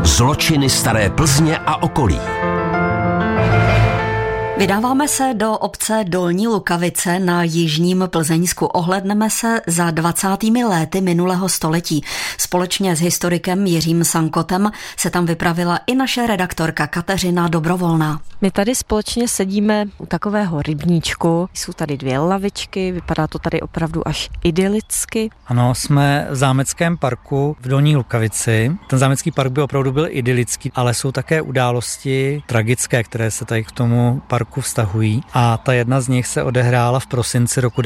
Zločiny staré Plzně a okolí. Vydáváme se do obce Dolní Lukavice na jižním Plzeňsku. Ohlédneme se za 20. léty minulého století. Společně s historikem Jiřím Sankotem se tam vypravila i naše redaktorka Kateřina Dobrovolná. My tady společně sedíme u takového rybníčku. Jsou tady 2 lavičky, vypadá to tady opravdu až idylicky. Ano, jsme v zámeckém parku v Dolní Lukavici. Ten zámecký park by opravdu byl idylický, ale jsou také události tragické, které se tady k tomu parku vztahují. A ta jedna z nich se odehrála v prosinci roku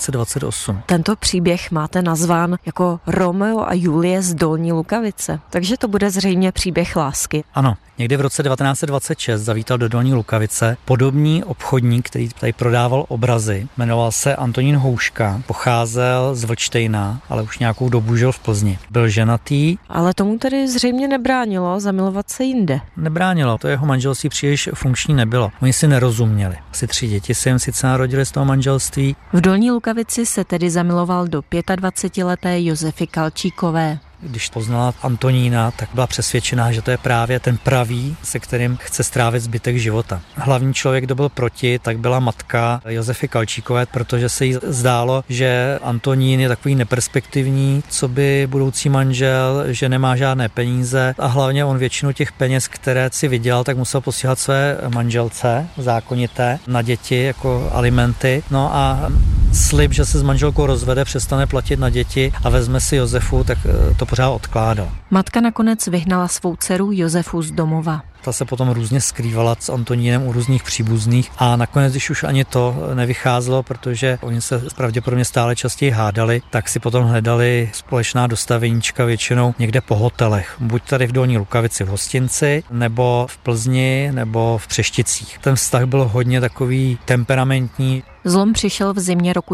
1928. Tento příběh máte nazván jako Romeo a Julie z Dolní Lukavice, takže to bude zřejmě příběh lásky. Ano, někdy v roce 1926 zavítal do Dolní Lukavice podobný obchodník, který tady prodával obrazy. Jmenoval se Antonín Houška, pocházel z Vlčtejna, ale už nějakou dobu žil v Plzni. Byl ženatý. Ale tomu tedy zřejmě nebránilo zamilovat se jinde. Nebránilo, to jeho manželství příliš funkční nebylo. Oni si nerozuměli. Asi 3 děti se jim sice narodili z toho manželství. V Dolní Lukavici se tedy zamiloval do 25leté Josefy Kalčíkové. Když poznala Antonína, tak byla přesvědčená, že to je právě ten pravý, se kterým chce strávit zbytek života. Hlavní člověk, kdo byl proti, tak byla matka Josefy Kalčíkové, protože se jí zdálo, že Antonín je takový neperspektivní, co by budoucí manžel, že nemá žádné peníze a hlavně on většinu těch peněz, které si vydělal, tak musel posílat své manželce zákonité na děti jako alimenty. No a slib, že se s manželkou rozvede, přestane platit na děti a vezme si Josefu, tak to pořád odkládal. Matka nakonec vyhnala svou dceru Josefu z domova. Ta se potom různě skrývala s Antonínem u různých příbuzných a nakonec, když už ani to nevycházelo, protože oni se pravděpodobně stále častěji hádali, tak si potom hledali společná dostaveníčka většinou někde po hotelech. Buď tady v Dolní Lukavici v hostinci, nebo v Plzni, nebo v Přešticích. Ten vztah byl hodně takový temperamentní. Zlom přišel v zimě roku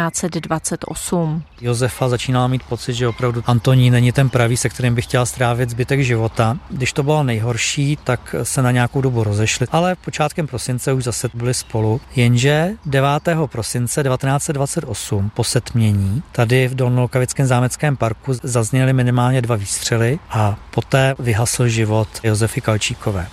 1928. Josefa začínala mít pocit, že opravdu Antonín není ten pravý, se kterým by chtěla strávit zbytek života. Když to bylo nejhorší, tak se na nějakou dobu rozešli, ale počátkem prosince už zase byli spolu. Jenže 9. prosince 1928 po setmění tady v Dolnolukavickém zámeckém parku zazněly minimálně 2 výstřely a poté vyhasl život Josefy Kalčíkové.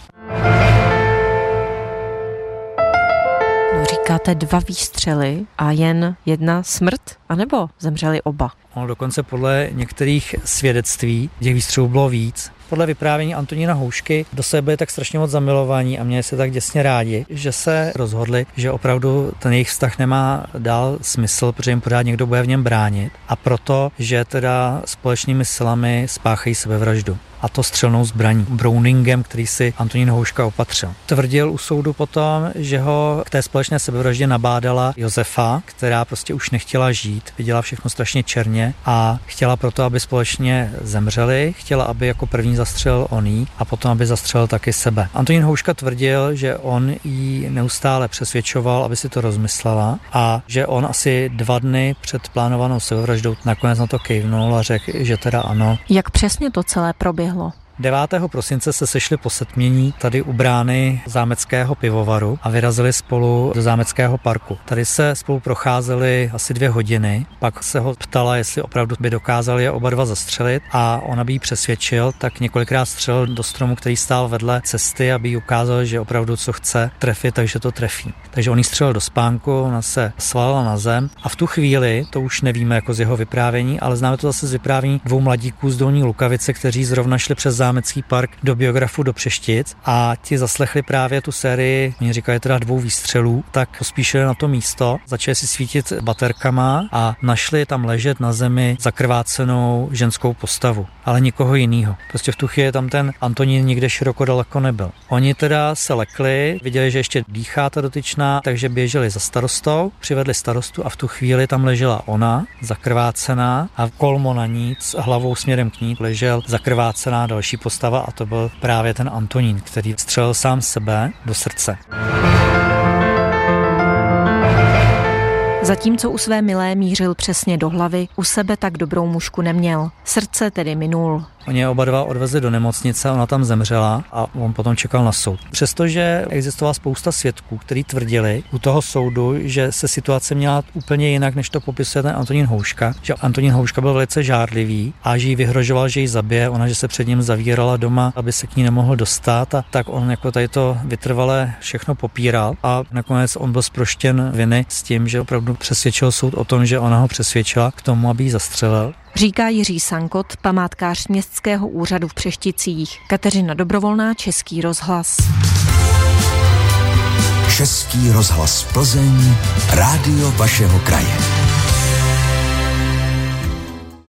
Říkáte 2 výstřely a jen 1 smrt? A nebo zemřeli oba? Ono dokonce podle některých svědectví těch výstřelů bylo víc. Podle vyprávění Antonína Houšky do sebe byli tak strašně moc zamilovaní a měli se tak děsně rádi, že se rozhodli, že opravdu ten jejich vztah nemá dál smysl, protože jim pořád někdo bude v něm bránit a proto, že teda společnými silami spáchají sebevraždu. A to střelnou zbraní, Browningem, který si Antonín Houška opatřil. Tvrdil u soudu potom, že ho k té společné sebevraždě nabádala Josefa, která prostě už nechtěla žít, viděla všechno strašně černě a chtěla proto, aby společně zemřeli, chtěla, aby jako první zastřelil on jí a potom, aby zastřelil taky sebe. Antonín Houška tvrdil, že on jí neustále přesvědčoval, aby si to rozmyslela a že on asi 2 dny před plánovanou sebevraždou nakonec na to kejvnul a řekl, že teda ano. Jak přesně to celé proběhlo? 9. prosince se sešli po setmění tady u brány zámeckého pivovaru a vyrazili spolu do zámeckého parku. Tady se spolu procházeli asi 2 hodiny, pak se ho ptala, jestli opravdu by dokázali je oba 2 zastřelit a ona by jí přesvědčil, tak několikrát střelil do stromu, který stál vedle cesty, aby jí ukázal, že opravdu co chce trefit, takže to trefí. Takže on jí střelil do spánku, ona se svalila na zem a v tu chvíli, to už nevíme jako z jeho vyprávění, ale známe to zase z vyprávění 2 mladíků z Dolní Lukavice, kteří zrovna šli přes zámecký park do biografu do Přeštic a ti zaslechli právě tu sérii, oni říkají teda 2 výstřelů, tak pospíšili na to místo, začali si svítit baterkama a našli tam ležet na zemi zakrvácenou ženskou postavu, ale nikoho jiného. Prostě v tu chvíli tam ten Antonín nikde široko daleko nebyl. Oni teda se lekli, viděli, že ještě dýchá ta dotyčná, takže běželi za starostou, přivedli starostu a v tu chvíli tam ležela ona, zakrvácená a kolmo na ní s hlavou směrem k ní ležel zakrvácená další postava a to byl právě ten Antonín, který střelil sám sebe do srdce. Zatímco u své milé mířil přesně do hlavy, u sebe tak dobrou mužku neměl. Srdce tedy minul. Oni je oba dva odvezli do nemocnice, ona tam zemřela a on potom čekal na soud. Přestože existovala spousta svědků, kteří tvrdili u toho soudu, že se situace měla úplně jinak, než to popisuje ten Antonín Houška, že Antonín Houška byl velice žárlivý a že jí vyhrožoval, že ji zabije, ona, že se před ním zavírala doma, aby se k ní nemohl dostat, a tak on jako tady to vytrvale všechno popíral a nakonec on byl zproštěn viny s tím, že opravdu přesvědčil soud o tom, že ona ho přesvědčila k tomu, aby ji zastřelil. Říká Jiří Sankot, památkář Městského úřadu v Přešticích. Kateřina Dobrovolná, Český rozhlas. Český rozhlas Plzeň, rádio vašeho kraje.